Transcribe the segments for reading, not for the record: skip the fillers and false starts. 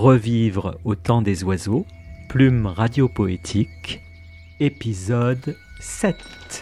Revivre au temps des oiseaux, Plume radiopoétique, épisode 7.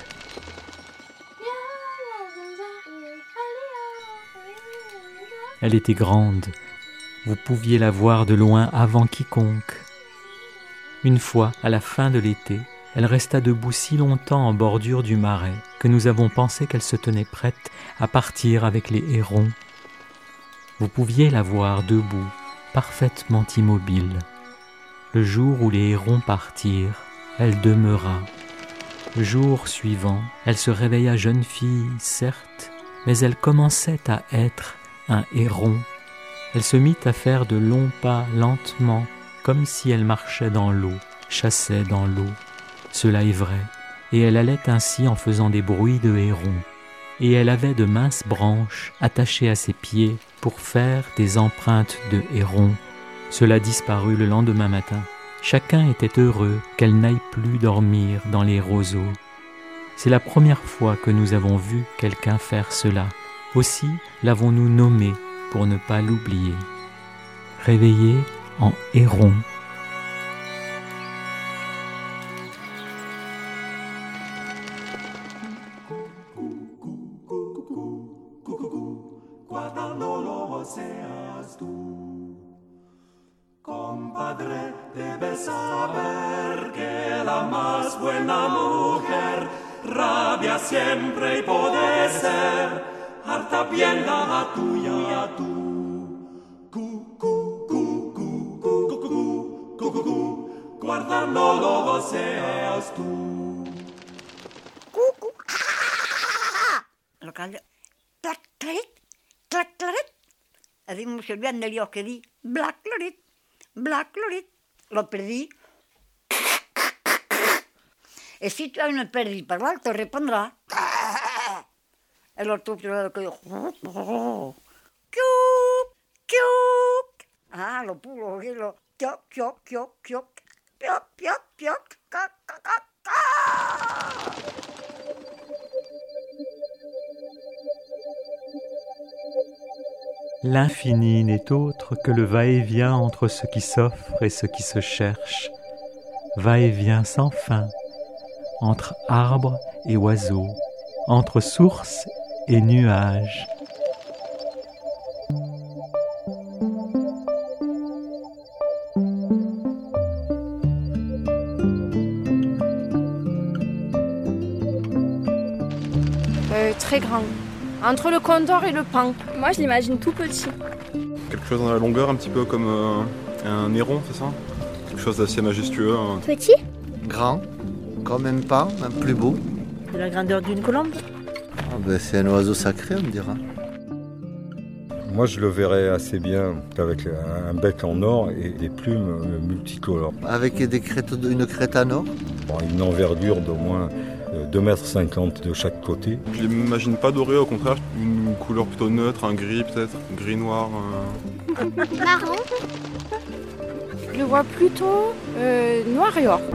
Elle était grande, vous pouviez la voir de loin avant quiconque. Une fois, à la fin de l'été, elle resta debout si longtemps en bordure du marais que nous avons pensé qu'elle se tenait prête à partir avec les hérons. Vous pouviez la voir debout, parfaitement immobile. Le jour où les hérons partirent, elle demeura. Le jour suivant, elle se réveilla jeune fille, certes, mais elle commençait à être un héron. Elle se mit à faire de longs pas lentement, comme si elle marchait dans l'eau, chassait dans l'eau. Cela est vrai, et elle allait ainsi en faisant des bruits de héron. Et elle avait de minces branches attachées à ses pieds pour faire des empreintes de héron. Cela disparut le lendemain matin. Chacun était heureux qu'elle n'aille plus dormir dans les roseaux. C'est la première fois que nous avons vu quelqu'un faire cela. Aussi l'avons-nous nommée pour ne pas l'oublier. Réveillée en héron. Compadre, debes saber que la más buena mujer rabia siempre y puede ser harta bien la tuya tú. Guarda, no lo seas tú. Lo calla. Clac, claret. Decimos el bien de Dios que di. Black claret. Lo perdí. Y si tú no perdí para te responderá. El otro que dijo. Kiuk. Ah, lo puro, lo. Kiok. Piok. L'infini n'est autre que le va-et-vient entre ce qui s'offre et ce qui se cherche. Va-et-vient sans fin, entre arbres et oiseaux, entre sources et nuages. Très grand. Entre le condor et le pan. Moi, je l'imagine tout petit. Quelque chose dans la longueur, un petit peu comme un héron, c'est ça? Quelque chose d'assez majestueux. Petit? Grand, quand même pas, même plus beau. De la grandeur d'une colombe. C'est un oiseau sacré, on me dira. Moi, je le verrais assez bien avec un bec en or et des plumes multicolores. Avec une crête en or. Une envergure d'au moins 2,50 m de chaque côté. Je l'imagine pas doré, au contraire, une couleur plutôt neutre, un gris peut-être, gris-noir. Marron. Je le vois plutôt noir et or.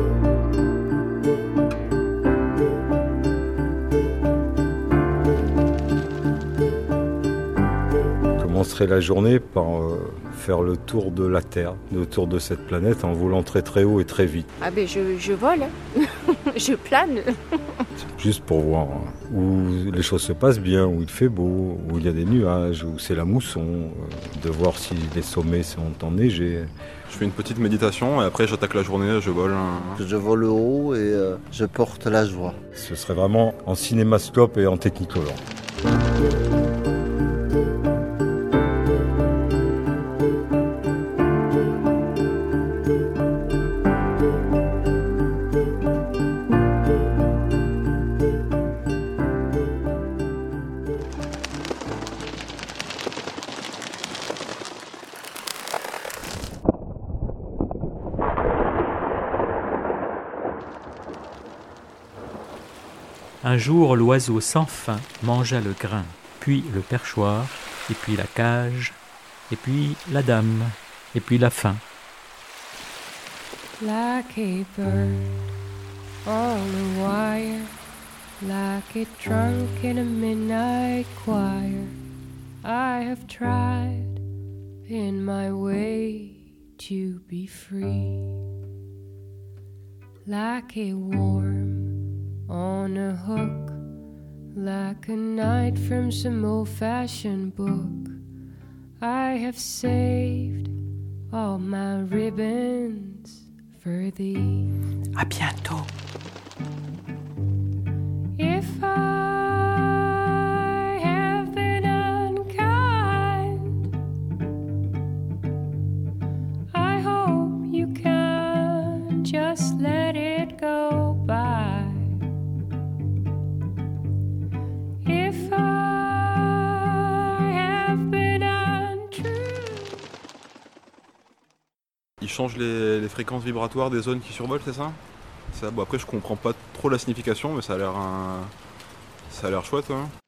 On commencerait la journée par faire le tour de la Terre, le tour de cette planète en volant très très haut et très vite. Ah ben je vole, je plane. Juste pour voir où les choses se passent bien, où il fait beau, où il y a des nuages, où c'est la mousson, de voir si les sommets sont enneigés. Je fais une petite méditation et après j'attaque la journée, je vole. Je vole haut et je porte la joie. Ce serait vraiment en cinémascope et en technicolor. Un jour, l'oiseau sans fin mangea le grain, puis le perchoir, et puis la cage, et puis la dame, et puis la fin. Like a bird on a wire, like a drunk in a midnight choir, I have tried in my way to be free. Like a worm on a hook, like a knight from some old-fashioned book. I have saved all my ribbons for thee. À bientôt. If I have been unkind, I hope you can just let it go by. If I have been untrue. Il change les fréquences vibratoires des zones qui survolent, c'est ça? Ça, bon, après je comprends pas trop la signification, mais ça a l'air chouette. Hein.